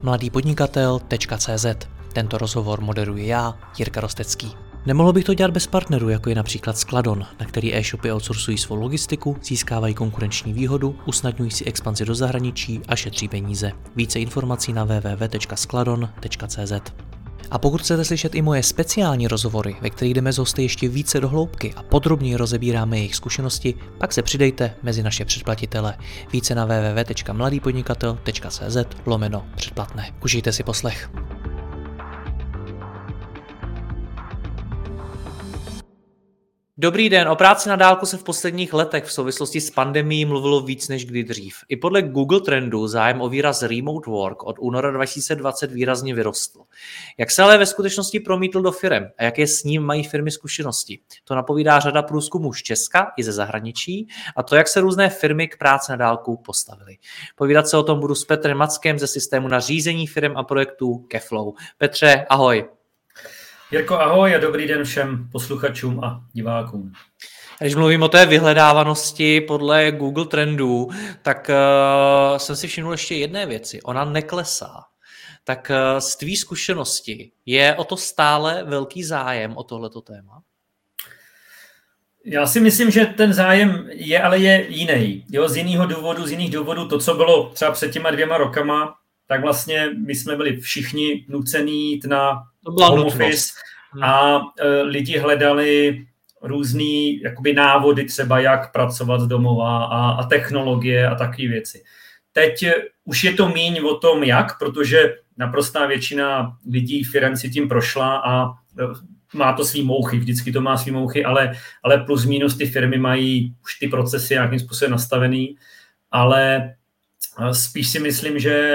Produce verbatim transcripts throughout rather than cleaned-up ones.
mladý podnikatel tečka cé zet. Tento rozhovor moderuji já, Jirka Rostecký. Nemohl bych to dělat bez partnerů, jako je například Skladon, na který e-shopy outsourcují svou logistiku, získávají konkurenční výhodu, usnadňují si expanzi do zahraničí a šetří peníze. Více informací na w w w tečka skladon tečka cé zet. A pokud chcete slyšet i moje speciální rozhovory, ve kterých jdeme s hosty ještě více do hloubky a podrobněji rozebíráme jejich zkušenosti, pak se přidejte mezi naše předplatitele. Více na w w w tečka mladý podnikatel tečka cé zet lomeno předplatné. Užijte si poslech. Dobrý den, o práci na dálku se v posledních letech v souvislosti s pandemií mluvilo víc než kdy dřív. I podle Google Trendu zájem o výraz remote work od února dva tisíce dvacet výrazně vyrostl. Jak se ale ve skutečnosti promítl do firem a jaké s ním mají firmy zkušenosti? To napovídá řada průzkumů z Česka i ze zahraničí a to, jak se různé firmy k práci na dálku postavily. Povídat se o tom budu s Petrem Mackem ze systému na řízení firem a projektů Keflow. Petře, ahoj. Jirko, ahoj a dobrý den všem posluchačům a divákům. Když mluvím o té vyhledávanosti podle Google Trendů, tak uh, jsem si všiml ještě jedné věci. Ona neklesá. Tak uh, z tvý zkušenosti je o to stále velký zájem o tohleto téma? Já si myslím, že ten zájem je, ale je jiný. Jo, z jiného důvodu, z jiných důvodů, to, co bylo třeba před těma dvěma rokama, tak vlastně my jsme byli všichni nucení jít na home office a e, lidi hledali různý jakoby návody třeba, jak pracovat z domova a, a technologie a takové věci. Teď už je to míň o tom, jak, protože naprostá většina lidí, firem si tím prošla a e, má to svý mouchy, vždycky to má svý mouchy, ale, ale plus minus ty firmy mají už ty procesy nějakým způsobem nastavený, ale spíš si myslím, že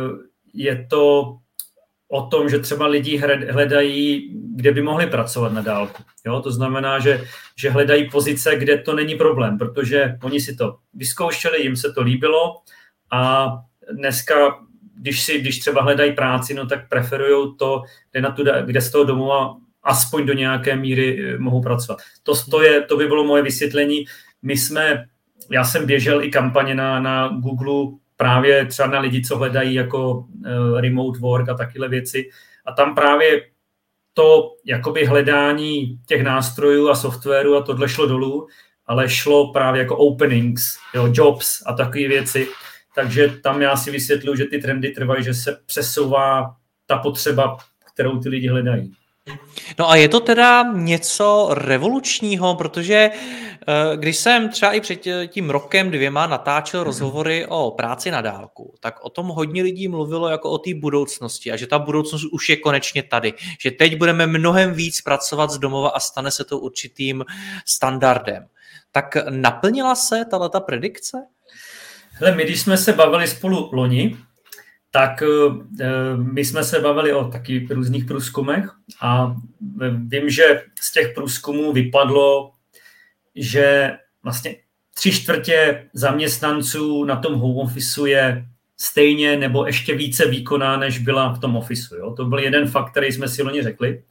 je to o tom, že třeba lidi hledají, kde by mohli pracovat na dálku. Jo? To znamená, že, že hledají pozice, kde to není problém, protože oni si to vyzkoušeli, jim se to líbilo a dneska, když, si, když třeba hledají práci, no tak preferují to, kde, na tu, kde z toho domova aspoň do nějaké míry mohou pracovat. To, to, je, to by bylo moje vysvětlení. My jsme Já jsem běžel i kampaně na, na Google právě třeba na lidi, co hledají jako uh, remote work a takové věci. A tam právě to jakoby hledání těch nástrojů a softwaru a tohle šlo dolů, ale šlo právě jako openings, jo, jobs a takové věci. Takže tam já si vysvětluji, že ty trendy trvají, že se přesouvá ta potřeba, kterou ty lidi hledají. No a je to teda něco revolučního, protože když jsem třeba i před tím rokem dvěma natáčel rozhovory o práci na dálku, tak o tom hodně lidí mluvilo jako o té budoucnosti a že ta budoucnost už je konečně tady, že teď budeme mnohem víc pracovat z domova a stane se to určitým standardem. Tak naplnila se tato predikce? Hele, my když jsme se bavili spolu loni, tak my jsme se bavili o taky různých průzkumech a vím, že z těch průzkumů vypadlo, že vlastně tři čtvrtě zaměstnanců na tom home officeu je stejně nebo ještě více výkonná, než byla v tom officeu. Jo? To byl jeden fakt, který jsme si loni řekli.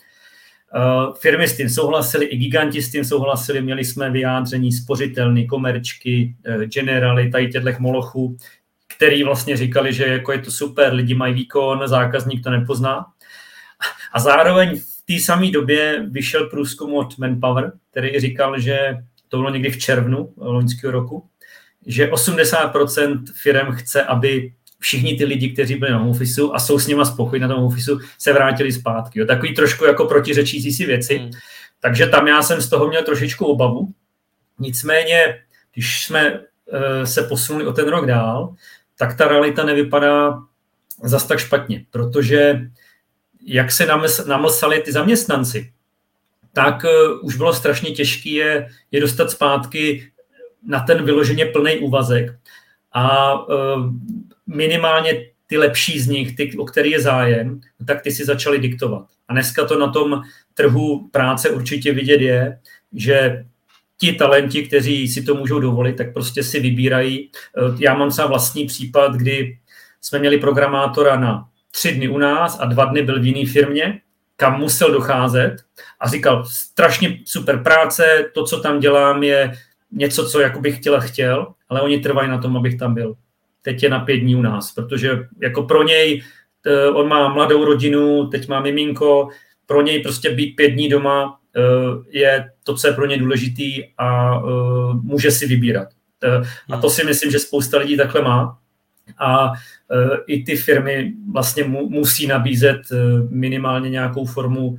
Firmy s tím souhlasily, i giganti s tím souhlasili, měli jsme vyjádření Spořitelny, Komerčky, Generali, tady těchto molochů, který vlastně říkali, že jako je to super, lidi mají výkon, zákazník to nepozná. A zároveň v té samé době vyšel průzkum od Manpower, který říkal, že to bylo někdy v červnu loňského roku, že osmdesát procent firem chce, aby všichni ty lidi, kteří byli na home officeu a jsou s nima spokojení na tom home officeu, se vrátili zpátky. Jo. Takový trošku jako protiřečící si věci. Hmm. Takže tam já jsem z toho měl trošičku obavu. Nicméně, když jsme uh, se posunuli o ten rok dál, tak ta realita nevypadá zas tak špatně, protože jak se namlsali ty zaměstnanci, tak už bylo strašně těžké je, je dostat zpátky na ten vyloženě plný úvazek a minimálně ty lepší z nich, ty, o který je zájem, tak ty si začali diktovat. A dneska to na tom trhu práce určitě vidět je, že ti talenti, kteří si to můžou dovolit, tak prostě si vybírají. Já mám třeba vlastní případ, kdy jsme měli programátora na tři dny u nás a dva dny byl v jiné firmě, kam musel docházet a říkal, strašně super práce, to, co tam dělám, je něco, co jako bych chtěl a chtěl, ale oni trvají na tom, abych tam byl. Teď je na pět dní u nás, protože jako pro něj on má mladou rodinu, teď má miminko, pro něj prostě být pět dní doma je to, co je pro ně důležitý a může si vybírat. A to si myslím, že spousta lidí takhle má. A i ty firmy vlastně musí nabízet minimálně nějakou formu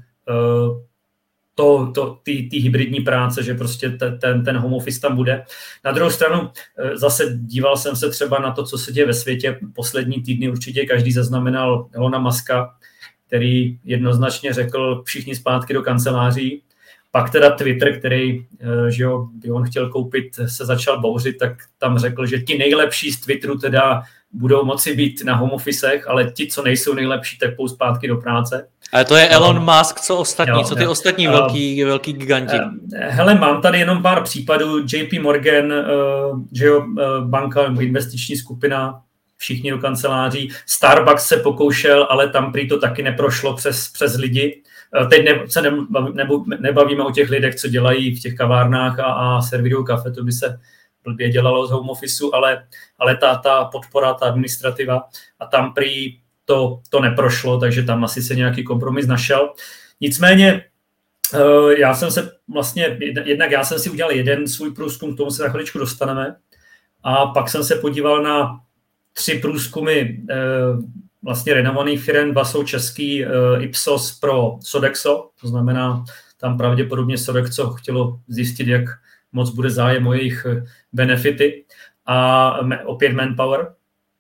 to, to, ty, ty hybridní práce, že prostě ten, ten home office tam bude. Na druhou stranu zase díval jsem se třeba na to, co se děje ve světě. Poslední týdny určitě každý zaznamenal Elona Muska, který jednoznačně řekl všichni zpátky do kanceláří. Pak teda Twitter, který, že jo, by on chtěl koupit, se začal bouřit, tak tam řekl, že ti nejlepší z Twitteru teda budou moci být na home officech, ale ti, co nejsou nejlepší, tak půjdou zpátky do práce. Ale to je Elon no. Musk, co ostatní, jo, co ty jo. ostatní velký, velký giganti. Hele, mám tady jenom pár případů. J P Morgan, že jo, banka nebo investiční skupina, všichni do kanceláří. Starbucks se pokoušel, ale tam prý to taky neprošlo přes, přes lidi. Teď ne, se ne, nebo, nebavíme o těch lidech, co dělají v těch kavárnách a, a servírují kafe, to by se blbě dělalo z home officeu, ale, ale ta, ta podpora, ta administrativa a tam prý to, to neprošlo, takže tam asi se nějaký kompromis našel. Nicméně já jsem se vlastně, jednak já jsem si udělal jeden svůj průzkum, k tomu se za chviličku dostaneme, a pak jsem se podíval na tři průzkumy vlastně renomovaných firm, dva jsou český, Ipsos pro Sodexo, to znamená, tam pravděpodobně Sodexo chtělo zjistit, jak moc bude zájem o jejich benefity, a opět Manpower.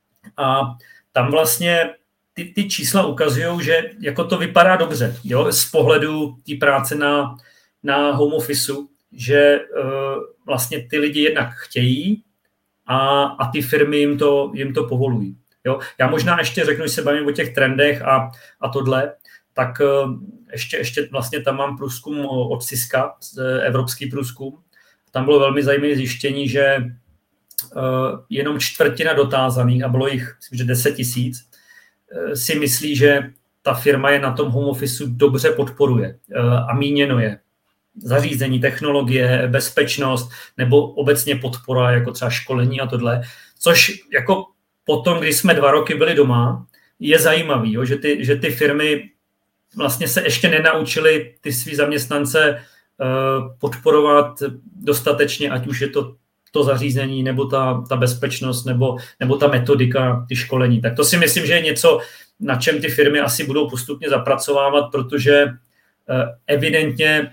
A tam vlastně ty, ty čísla ukazují, že jako to vypadá dobře, jo, z pohledu té práce na, na home officeu, že uh, vlastně ty lidi jednak chtějí a, a ty firmy jim to, jim to povolují. Jo. Já možná ještě řeknu, že se bavím o těch trendech a, a tohle, tak uh, ještě, ještě vlastně tam mám průzkum od Ciska, evropský průzkum. Tam bylo velmi zajímavé zjištění, že uh, jenom čtvrtina dotázaných, a bylo jich myslím, že deset tisíc, uh, si myslí, že ta firma je na tom home officeu dobře podporuje uh, a míněno je zařízení, technologie, bezpečnost nebo obecně podpora, jako třeba školení a tohle, což jako potom, když jsme dva roky byli doma, je zajímavý, jo, že, ty, že ty firmy vlastně se ještě nenaučily ty svý zaměstnance uh, podporovat dostatečně, ať už je to to zařízení, nebo ta, ta bezpečnost, nebo, nebo ta metodika, ty školení. Tak to si myslím, že je něco, na čem ty firmy asi budou postupně zapracovávat, protože uh, evidentně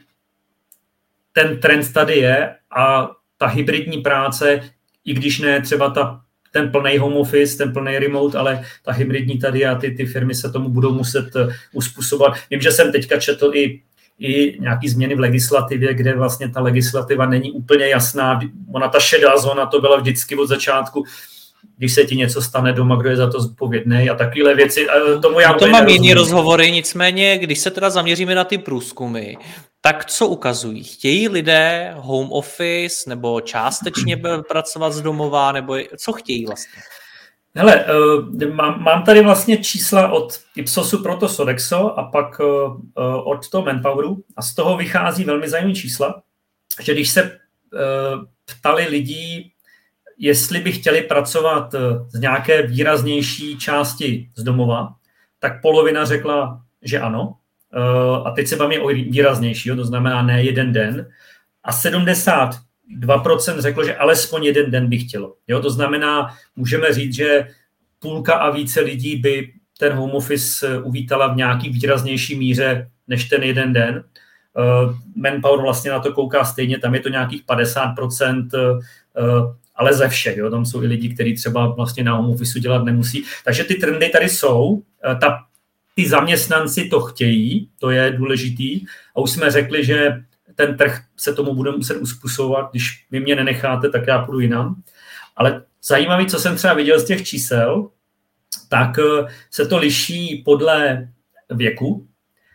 ten trend tady je a ta hybridní práce, i když ne třeba ta, ten plný home office, ten plný remote, ale ta hybridní tady a ty, ty firmy se tomu budou muset uspůsobovat. Vím, že jsem teďka četl i, i nějaký změny v legislativě, kde vlastně ta legislativa není úplně jasná. Ona ta šedá zóna, to byla vždycky od začátku, když se ti něco stane doma, kdo je za to zodpovědný a takovéhle věci. Tomu já no to mám jiný rozhovory, nicméně, když se teda zaměříme na ty průzkumy, tak co ukazují? Chtějí lidé home office nebo částečně pracovat z domova, nebo co chtějí vlastně? Hele, mám, mám tady vlastně čísla od Ipsosu pro to Sodexo a pak od toho Manpoweru a z toho vychází velmi zajímavé čísla, že když se ptali lidí, jestli by chtěli pracovat z nějaké výraznější části z domova, tak polovina řekla, že ano. A teď se bavíme o výraznější, to znamená ne jeden den. A sedmdesát dva procent řeklo, že alespoň jeden den by chtělo. Jo, to znamená, můžeme říct, že půlka a více lidí by ten home office uvítala v nějaký výraznější míře než ten jeden den. Manpower vlastně na to kouká stejně, tam je to nějakých padesát procent, ale ze všech. Jo? Tam jsou i lidi, kteří třeba vlastně na home office dělat nemusí. Takže ty trendy tady jsou. Ta, ty zaměstnanci to chtějí, to je důležitý. A už jsme řekli, že ten trh se tomu bude muset uspůsobovat. Když vy mě nenecháte, tak já půjdu jinam. Ale zajímavé, co jsem třeba viděl z těch čísel, tak se to liší podle věku.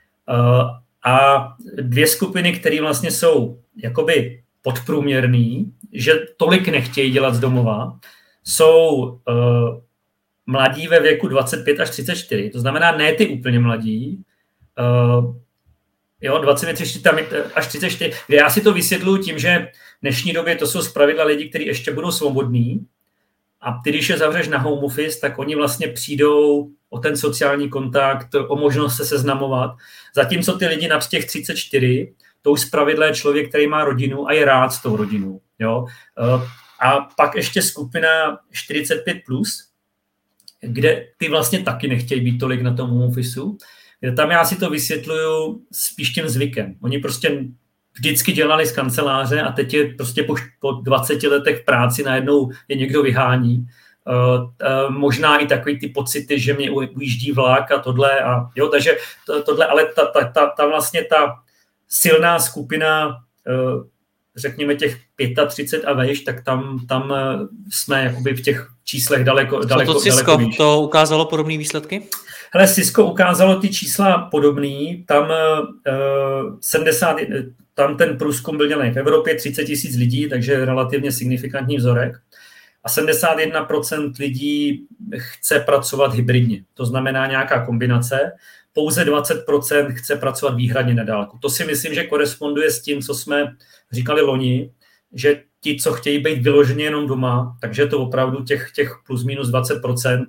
A dvě skupiny, které vlastně jsou jakoby podprůměrný, že tolik nechtějí dělat z domova, jsou uh, mladí ve věku dvacet pět až třicet čtyři. To znamená ne ty úplně mladí, uh, jo, dvacet pět až třicet čtyři, kde já si to vysvětluji tím, že v dnešní době to jsou zpravidla lidi, kteří ještě budou svobodní a ty, když je zavřeš na home office, tak oni vlastně přijdou o ten sociální kontakt, o možnost se seznamovat. Zatímco ty lidi nad těch třicet čtyři, to už zpravidla je člověk, který má rodinu a je rád s tou rodinou. Jo? A pak ještě skupina čtyřicet pět plus, kde ty vlastně taky nechtějí být tolik na tom home officeu, kde tam já si to vysvětluju spíš tím zvykem. Oni prostě vždycky dělali z kanceláře a teď je prostě po, po dvaceti letech v práci najednou je někdo vyhání. Uh, uh, možná i takový ty pocity, že mě ujíždí vlak a tohle. A, jo, takže to, tohle, ale ta, ta, ta, ta vlastně ta silná skupina, uh, řekněme těch třicet pět a vejš, tak tam, tam jsme jakoby v těch číslech daleko, daleko, Co to Cisco, daleko výš. To ukázalo podobné výsledky? Hele, Cisco ukázalo ty čísla podobný, tam uh, sedmdesát, tam ten průzkum byl dělaný v Evropě, třicet tisíc lidí, takže relativně signifikantní vzorek. A sedmdesát jedna procent lidí chce pracovat hybridně, to znamená nějaká kombinace. Pouze dvacet procent chce pracovat výhradně na dálku. To si myslím, že koresponduje s tím, co jsme říkali loni, že ti, co chtějí být vyloženě jenom doma, takže je to opravdu těch, těch plus minus dvacet procent,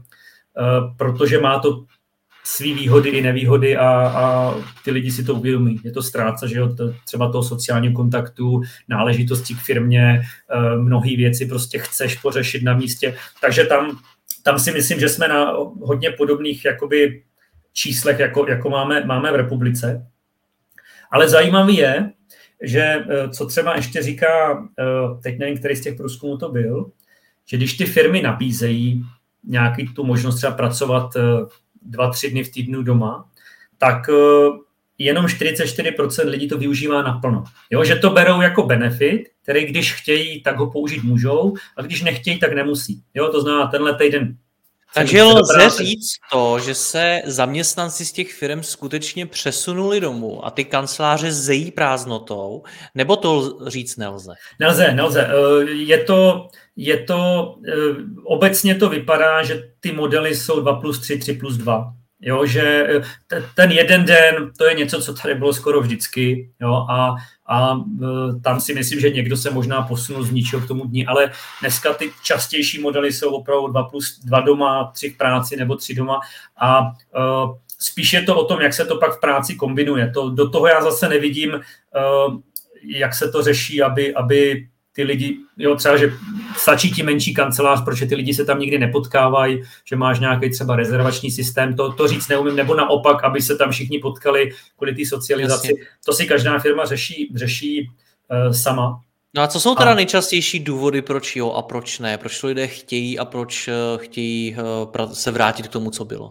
protože má to svý výhody i nevýhody a, a ty lidi si to uvědomí. Je to ztráta, že jo, to, třeba toho sociálního kontaktu, náležitosti k firmě, mnohé věci prostě chceš pořešit na místě. Takže tam, tam si myslím, že jsme na hodně podobných jakoby číslech, jako, jako máme, máme v republice. Ale zajímavý je, že co třeba ještě říká, teď nevím, který z těch průzkumů to byl, že když ty firmy nabízejí nějaký tu možnost třeba pracovat dva, tři dny v týdnu doma, tak jenom čtyřicet čtyři procent lidí to využívá naplno. Jo, že to berou jako benefit, který když chtějí, tak ho použít můžou, a když nechtějí, tak nemusí. Jo, to znamená, tenhle týden. Takže lze říct to, že se zaměstnanci z těch firm skutečně přesunuli domů a ty kanceláře zejí prázdnotou, nebo to říct nelze? Nelze, nelze. Je to, je to, obecně to vypadá, že ty modely jsou dva plus tři, tři plus dva. Jo, že ten jeden den, to je něco, co tady bylo skoro vždycky, jo, a, a tam si myslím, že někdo se možná posunul z ničeho k tomu dní, ale dneska ty častější modely jsou opravdu dva plus dva doma, tři v práci nebo tři doma a uh, spíš je to o tom, jak se to pak v práci kombinuje. To, do toho já zase nevidím, uh, jak se to řeší, aby, aby ty lidi, jo, třeba, že stačí ti menší kancelář, protože ty lidi se tam nikdy nepotkávají, že máš nějaký třeba rezervační systém, to, to říct neumím, nebo naopak, aby se tam všichni potkali kvůli té socializaci. Jasně. To si každá firma řeší, řeší uh, sama. No a co jsou teda a... nejčastější důvody, proč jo a proč ne? Proč to lidé chtějí a proč uh, chtějí uh, se vrátit k tomu, co bylo?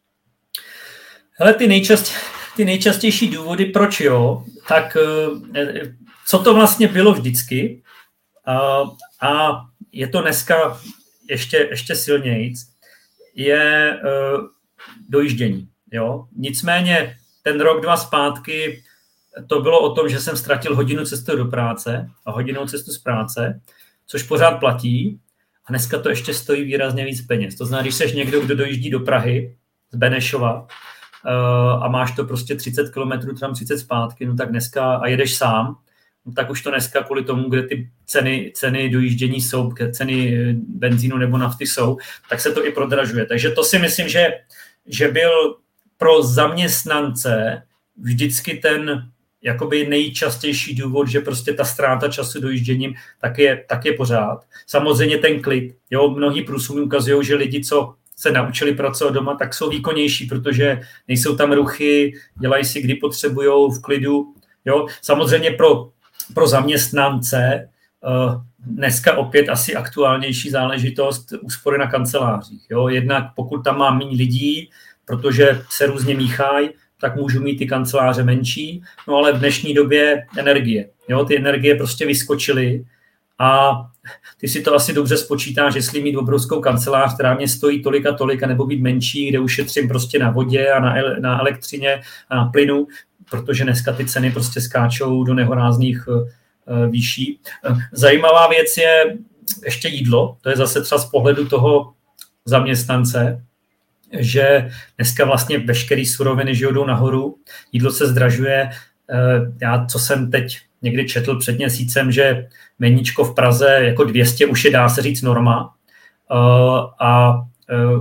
Hele, ty, nejčast, ty nejčastější důvody, proč jo, tak uh, co to vlastně bylo vždycky, Uh, a je to dneska ještě, ještě silnějc, je uh, dojíždění. Jo? Nicméně ten rok, dva zpátky to bylo o tom, že jsem ztratil hodinu cestu do práce a hodinou cestu z práce, což pořád platí a dneska to ještě stojí výrazně víc peněz. To znamená, když seš někdo, kdo dojíždí do Prahy z Benešova uh, a máš to prostě třicet kilometrů, tam třicet zpátky, no tak dneska a jedeš sám, tak už to dneska kvůli tomu, kde ty ceny, ceny dojíždění jsou, kde ceny benzínu nebo nafty jsou, tak se to i prodražuje. Takže to si myslím, že, že byl pro zaměstnance vždycky ten jakoby nejčastější důvod, že prostě ta ztráta času dojížděním tak je, tak je pořád. Samozřejmě ten klid. Jo, mnohý průzkumy ukazují, že lidi, co se naučili pracovat doma, tak jsou výkonnější, protože nejsou tam ruchy, dělají si, kdy potřebujou v klidu. Jo, samozřejmě pro Pro zaměstnance dneska opět asi aktuálnější záležitost úspory na kancelářích. Jo? Jednak pokud tam má méně lidí, protože se různě míchají, tak můžu mít ty kanceláře menší, no ale v dnešní době energie. Jo? Ty energie prostě vyskočily a ty si to asi dobře spočítáš, jestli mít obrovskou kancelář, která mě stojí tolik a tolik, a nebo být menší, kde ušetřím prostě na vodě a na, ele- na elektřině a na plynu, protože dneska ty ceny prostě skáčou do nehorázných uh, výší. Zajímavá věc je ještě jídlo, to je zase třeba z pohledu toho zaměstnance, že dneska vlastně veškerý suroviny že jdou nahoru, jídlo se zdražuje. Uh, já, co jsem teď někdy četl před měsícem, že meníčko v Praze jako dvě stě už je, dá se říct, norma. Uh, a uh,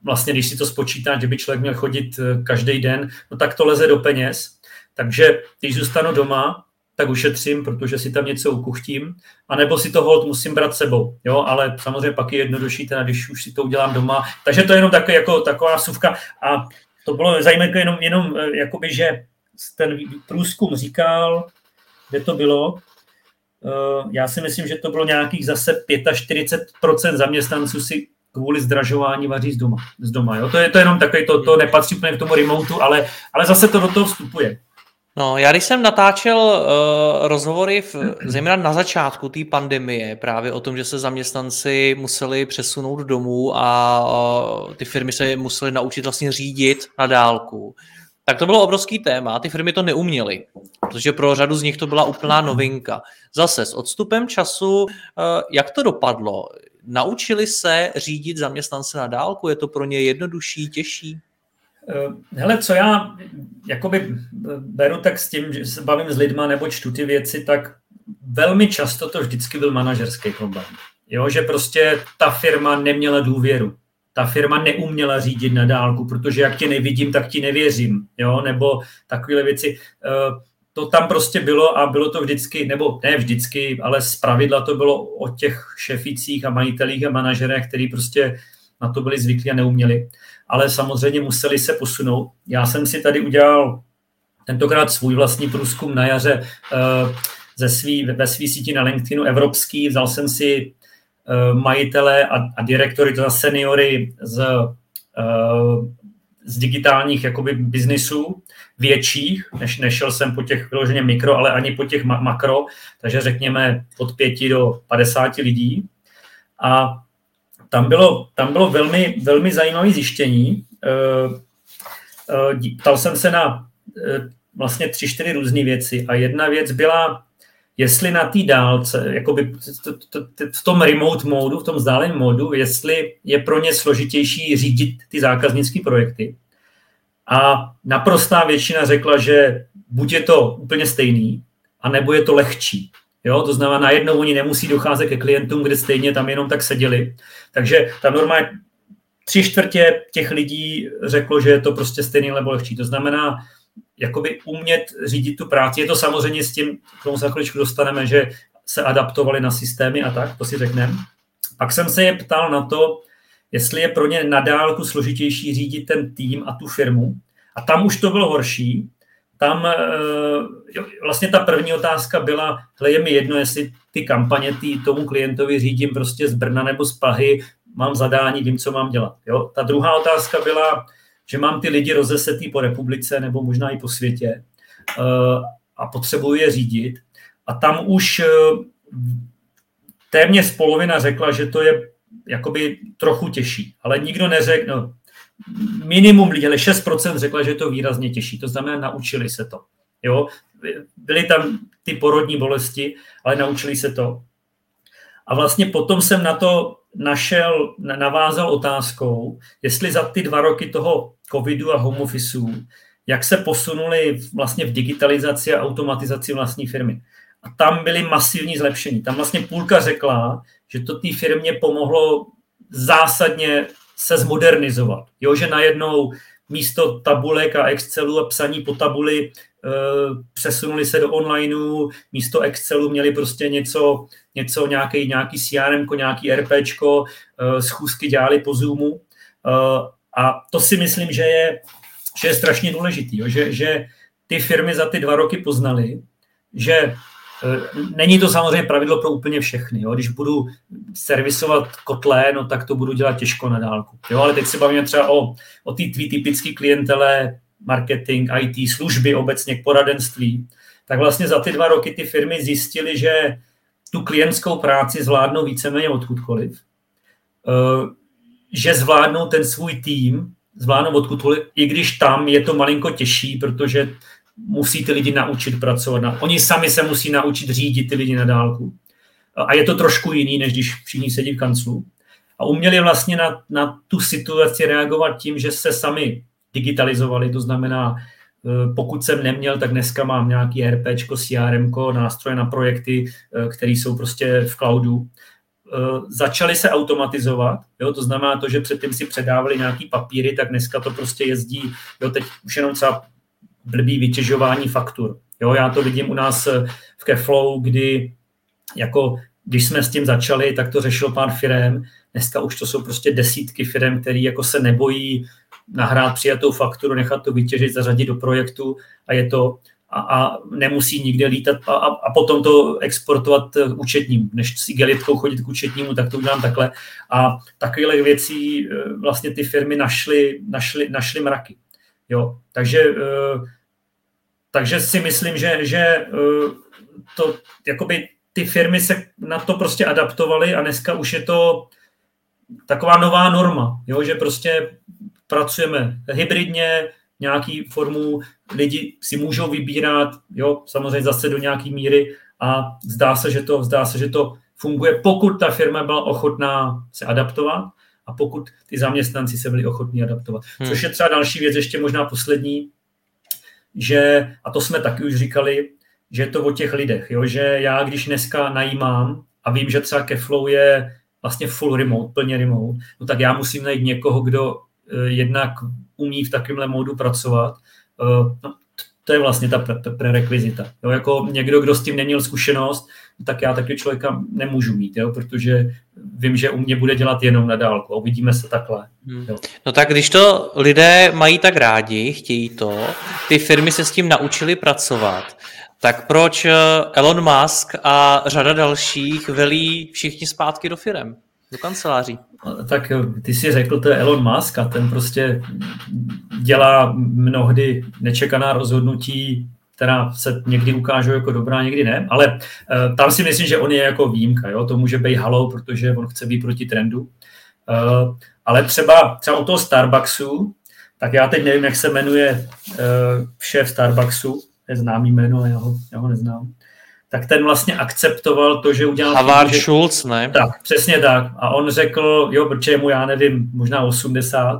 vlastně když si to spočítá, že by člověk měl chodit každý den, no tak to leze do peněz. Takže když zůstanu doma, tak ušetřím, protože si tam něco ukuchtím, anebo si to hold musím brát sebou, jo, ale samozřejmě pak je jednodušší, teda, když už si to udělám doma. Takže to je jenom takový, jako, taková suvka a to bylo zajímavé jenom, jenom jakoby, že ten průzkum říkal, kde to bylo, já si myslím, že to bylo nějakých zase čtyřicet pět procent zaměstnanců si kvůli zdražování vaří z doma. Z doma jo. To je to jenom takový, to, to nepatří úplně k tomu remotu, ale, ale zase to do toho vstupuje. No, já když jsem natáčel uh, rozhovory v, zejména na začátku té pandemie, právě o tom, že se zaměstnanci museli přesunout domů a uh, ty firmy se musely naučit vlastně řídit na dálku, tak to bylo obrovský téma. Ty firmy to neuměly, protože pro řadu z nich to byla úplná novinka. Zase s odstupem času, uh, jak to dopadlo? Naučili se řídit zaměstnance na dálku? Je to pro ně jednodušší, těžší? Hele, co já jakoby beru tak s tím, že se bavím s lidma nebo čtu ty věci, tak velmi často to vždycky byl manažerský problém. Jo, že prostě ta firma neměla důvěru. Ta firma neuměla řídit na dálku, protože jak tě nevidím, tak ti nevěřím. Jo, nebo takové věci. To tam prostě bylo a bylo to vždycky, nebo ne vždycky, ale zpravidla to bylo o těch šeficích a majitelích a manažerech, kteří prostě na to byli zvyklí a neuměli. Ale samozřejmě museli se posunout. Já jsem si tady udělal tentokrát svůj vlastní průzkum na jaře uh, ze svý, ve své síti na LinkedInu evropský. Vzal jsem si uh, majitele a, a direktory, to za seniory z, uh, z digitálních jakoby biznisů větších, než nešel jsem po těch vyloženě mikro, ale ani po těch ma- makro, takže řekněme od pěti do padesáti lidí. A Tam bylo, tam bylo velmi, velmi zajímavé zjištění. Ptal jsem se na vlastně tři, čtyři různé věci a jedna věc byla, jestli na té dálce, jakoby v tom remote módu, v tom vzdáleném módu, jestli je pro ně složitější řídit ty zákaznické projekty. A naprostá většina řekla, že buď je to úplně stejný, anebo je to lehčí. Jo, to znamená, najednou oni nemusí docházet ke klientům, kde stejně tam jenom tak seděli. Takže tam normálně tři čtvrtě těch lidí řeklo, že je to prostě stejný nebo lehčí. To znamená, jakoby umět řídit tu práci. Je to samozřejmě s tím, k tomu se chviličku dostaneme, že se adaptovali na systémy a tak, to si řekneme. Pak jsem se je ptal na to, jestli je pro ně na dálku složitější řídit ten tým a tu firmu. A tam už to bylo horší. Tam vlastně ta první otázka byla, hle, je mi jedno, jestli ty kampaně tý, tomu klientovi řídím prostě z Brna nebo z Prahy, mám zadání, vím, co mám dělat. Jo? Ta druhá otázka byla, že mám ty lidi rozesetý po republice nebo možná i po světě a potřebuji je řídit. A tam už téměř polovina řekla, že to je jakoby trochu těžší, ale nikdo neřekl, no, minimum lidí, ale šest procent řekla, že je to výrazně těžší. To znamená, naučili se to. Jo? Byly tam ty porodní bolesti, ale naučili se to. A vlastně potom jsem na to našel, navázal otázkou, jestli za ty dva roky toho covidu a home officeu, jak se posunuli vlastně v digitalizaci a automatizaci vlastní firmy. A tam byly masivní zlepšení. Tam vlastně půlka řekla, že to té firmě pomohlo zásadně se zmodernizovat. Jo, že najednou místo tabulek a Excelu a psaní po tabuli e, přesunuli se do onlineu, místo Excelu měli prostě něco, něco nějaký, nějaký C R M ko, nějaký RPčko, e, schůzky dělali po Zoomu. E, a to si myslím, že je, že je strašně důležitý, jo, že, že ty firmy za ty dva roky poznaly, že není to samozřejmě pravidlo pro úplně všechny. Jo? Když budu servisovat kotle, no tak to budu dělat těžko na dálku. Jo? Ale teď se bavíme třeba o, o ty tvý typické klientele, marketing, I T, služby obecně, poradenství. Tak vlastně za ty dva roky ty firmy zjistily, že tu klientskou práci zvládnou víceméně odkudkoliv, že zvládnou ten svůj tým, zvládnou odkudkoliv, i když tam je to malinko těžší, protože musí ty lidi naučit pracovat. Na... Oni sami se musí naučit řídit ty lidi na dálku. A je to trošku jiný, než když všichni sedí v kanclu. A uměli vlastně na, na tu situaci reagovat tím, že se sami digitalizovali. To znamená, pokud jsem neměl, tak dneska mám nějaký RPčko, C R M ko, nástroje na projekty, které jsou prostě v cloudu. začaly se automatizovat, jo, to znamená to, že předtím si předávali nějaký papíry, tak dneska to prostě jezdí, jo, teď už jenom třeba blbý vytěžování faktur. Jo, já to vidím u nás v Keflow, kdy jako když jsme s tím začali, tak to řešilo pár firem. Dneska už to jsou prostě desítky firem, které jako se nebojí nahrát přijatou fakturu, nechat to vytěžit, zařadit do projektu a je to a, a nemusí nikde lítat a, a potom to exportovat k účetnímu. Než s igelitkou chodit k účetnímu, tak to udělám takhle. A takových věcí vlastně ty firmy našly, našly, našly mraky. Jo, takže, takže si myslím, že, že to jakoby ty firmy se na to prostě adaptovaly a dneska už je to taková nová norma, jo, že prostě pracujeme hybridně, nějaký formu, lidi si můžou vybírat, jo, samozřejmě zase do nějaký míry a zdá se, že to, zdá se, že to funguje, pokud ta firma byla ochotná se adaptovat a pokud ty zaměstnanci se byli ochotní adaptovat. Hmm. Což je třeba další věc, ještě možná poslední, že, a to jsme taky už říkali, že je to o těch lidech, jo? Že já, když dneska najímám a vím, že třeba Keflow je vlastně full remote, plně remote, no tak já musím najít někoho, kdo uh, jednak umí v takovémhle módu pracovat. Uh, no, to je vlastně ta pre- pre- prerekvizita. Jo? Jako někdo, kdo s tím neměl zkušenost, tak já taky člověka nemůžu mít, jo? Protože vím, že u mě bude dělat jenom na dálku. A uvidíme se takhle. Hmm. No tak když to lidé mají tak rádi, chtějí to, ty firmy se s tím naučily pracovat, tak proč Elon Musk a řada dalších velí všichni zpátky do firem, do kanceláří? Tak ty si řekl, to je Elon Musk a ten prostě dělá mnohdy nečekaná rozhodnutí, která se někdy ukážou jako dobrá, někdy ne, ale uh, tam si myslím, že on je jako výjimka, jo? To může být halou, protože on chce být proti trendu. Uh, ale třeba, třeba u toho Starbucksu, tak já teď nevím, jak se jmenuje uh, šéf Starbucksu, je známý jméno, a já ho, já ho neznám, tak ten vlastně akceptoval to, že udělal... Havard že... Schulz, ne? Tak, přesně tak. A on řekl, jo, protože mu, já nevím, možná osmdesát,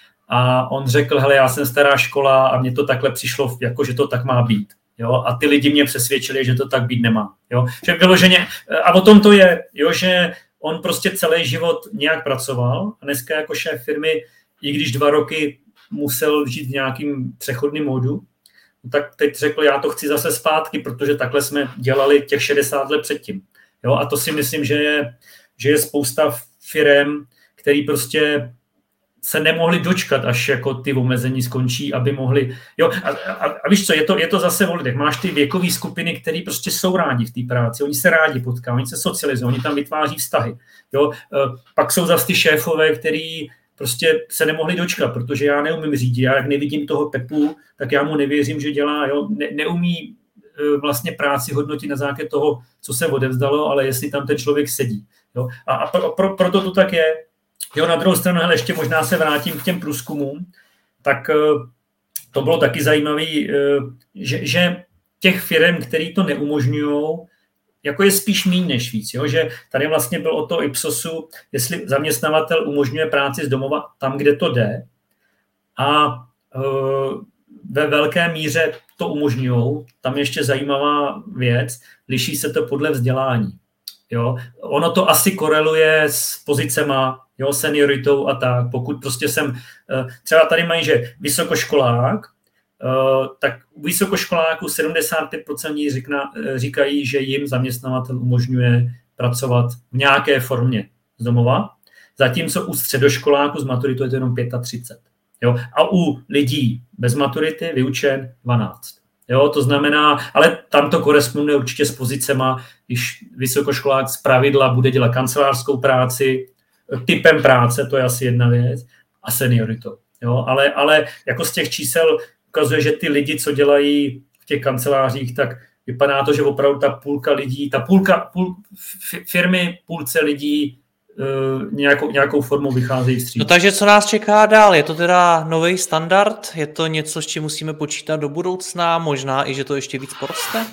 a on řekl, hele, já jsem stará škola a mně to takhle přišlo, jako že to tak má být. Jo? A ty lidi mě přesvědčili, že to tak být nemá. Jo? Že vyloženě, a o tom to je, jo, že on prostě celý život nějak pracoval a dneska jako šéf firmy, i když dva roky musel žít v nějakým přechodným módu, tak teď řekl, já to chci zase zpátky, protože takhle jsme dělali těch šedesát let předtím. Jo? A to si myslím, že je, že je spousta firem, který prostě se nemohli dočkat, až jako ty omezení skončí, aby mohli... Jo, a, a, a víš co, je to, je to zase o lidech. Máš ty věkové skupiny, které prostě jsou rádi v té práci, oni se rádi potkají, oni se socializují, oni tam vytváří vztahy. Jo? Pak jsou zase ty šéfové, který prostě se nemohli dočkat, protože já neumím řídit. Já jak nevidím toho Pepu, tak já mu nevěřím, že dělá. Jo? Ne, neumí vlastně práci hodnotit na základě toho, co se odevzdalo, ale jestli tam ten člověk sedí. Jo? A, a pro, pro, proto to tak je. Jo, na druhou stranu, hele, ještě možná se vrátím k těm průzkumům, tak to bylo taky zajímavé, že, že těch firm, které to neumožňují, jako je spíš míň než víc. Jo? Že tady vlastně bylo o to Ipsosu, jestli zaměstnavatel umožňuje práci z domova tam, kde to jde, a ve velké míře to umožňují. Tam ještě zajímavá věc, liší se to podle vzdělání. Jo? Ono to asi koreluje s pozicema, jo, senioritou a tak. Pokud prostě jsem, třeba tady mají, že vysokoškolák, tak u vysokoškoláků sedmdesát pět procent říkají, že jim zaměstnavatel umožňuje pracovat v nějaké formě z domova, zatímco u středoškoláků z maturitou je to jenom třicet pět. Jo? A u lidí bez maturity vyučen dvanáct. Jo, to znamená, ale tam to koresponduje určitě s pozicema, když vysokoškolák z pravidla bude dělat kancelářskou práci, typem práce, to je asi jedna věc, a senioritou. Jo, ale, ale jako z těch čísel ukazuje, že ty lidi, co dělají v těch kancelářích, tak vypadá to, že opravdu ta půlka lidí, ta půlka půl, firmy, půlce lidí Uh, nějakou, nějakou formou vycházejí vstříc. No takže co nás čeká dál? Je to teda nový standard? Je to něco, s čím musíme počítat do budoucna? Možná i, že to ještě víc poroste?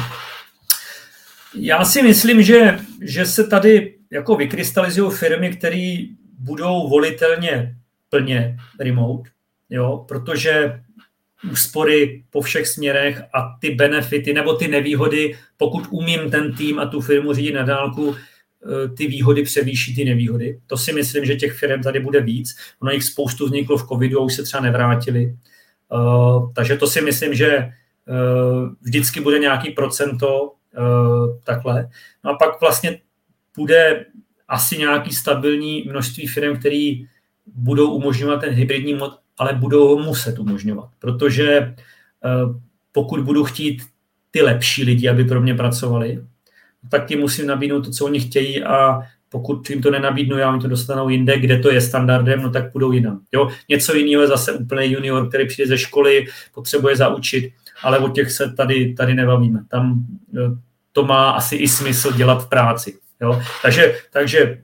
Já si myslím, že, že se tady jako vykrystalizují firmy, které budou volitelně plně remote, jo, protože úspory po všech směrech a ty benefity nebo ty nevýhody, pokud umím ten tým a tu firmu řídit na dálku, ty výhody převýší ty nevýhody. To si myslím, že těch firm tady bude víc. Ono jich spoustu vzniklo v covidu a už se třeba nevrátili. Uh, takže to si myslím, že uh, vždycky bude nějaký procento uh, takhle. No a pak vlastně bude asi nějaký stabilní množství firm, které budou umožňovat ten hybridní mod, ale budou ho muset umožňovat. Protože uh, pokud budu chtít ty lepší lidi, aby pro mě pracovali, tak ti musím nabídnout to, co oni chtějí a pokud jim to nenabídnu, já oni to dostanou jinde, kde to je standardem, no tak půjdou jinam. Jo? Něco jiného je zase úplný junior, který přijde ze školy, potřebuje zaučit, ale o těch se tady, tady nebavíme. Tam to má asi i smysl dělat v práci. Jo? Takže, takže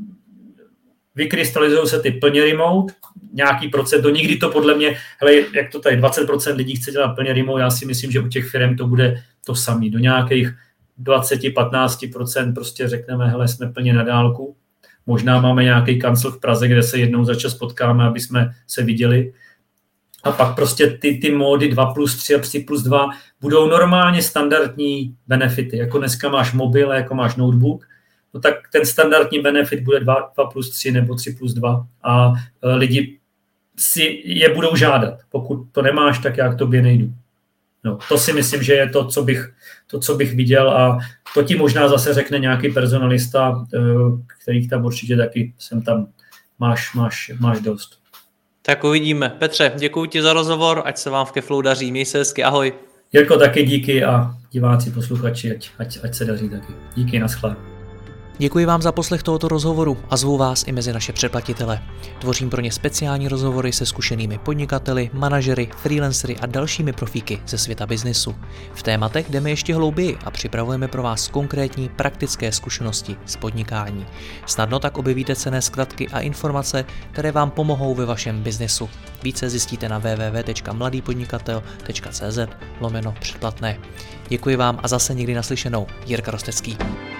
vykrystalizují se ty plně remote, nějaký procento, nikdy to podle mě, hele, jak to tady, dvacet procent lidí chce dělat plně remote, já si myslím, že u těch firm to bude to samé. Do nějakých dvacet až patnáct procent prostě řekneme, hele, jsme plně na dálku. Možná máme nějaký kancel v Praze, kde se jednou za čas potkáme, aby jsme se viděli. A pak prostě ty, ty módy dva plus tři a tři plus dva budou normálně standardní benefity. Jako dneska máš mobil, jako máš notebook, no tak ten standardní benefit bude dva plus tři nebo tři plus dva a e, lidi si je budou žádat. Pokud to nemáš, tak já k tobě nejdu. No, to si myslím, že je to, co bych, to, co bych viděl a to ti možná zase řekne nějaký personalista, kterých tam určitě taky sem tam máš, máš, máš dost. Tak uvidíme. Petře, děkuji ti za rozhovor, ať se vám v Keflu daří, měj se hezky, ahoj. Jirko, taky díky a diváci, posluchači, ať, ať, ať se daří taky. Díky, naschle. Děkuji vám za poslech tohoto rozhovoru a zvu vás i mezi naše předplatitele. Tvořím pro ně speciální rozhovory se zkušenými podnikateli, manažery, freelancery a dalšími profíky ze světa biznesu. V tématech jdeme ještě hlouběji a připravujeme pro vás konkrétní praktické zkušenosti z podnikání. Snadno tak objevíte cenné zkratky a informace, které vám pomohou ve vašem biznesu. Více zjistíte na w w w tečka mladý podnikatel tečka c z lomeno předplatné. Děkuji vám a zase někdy naslyšenou. Jirka Rostecký.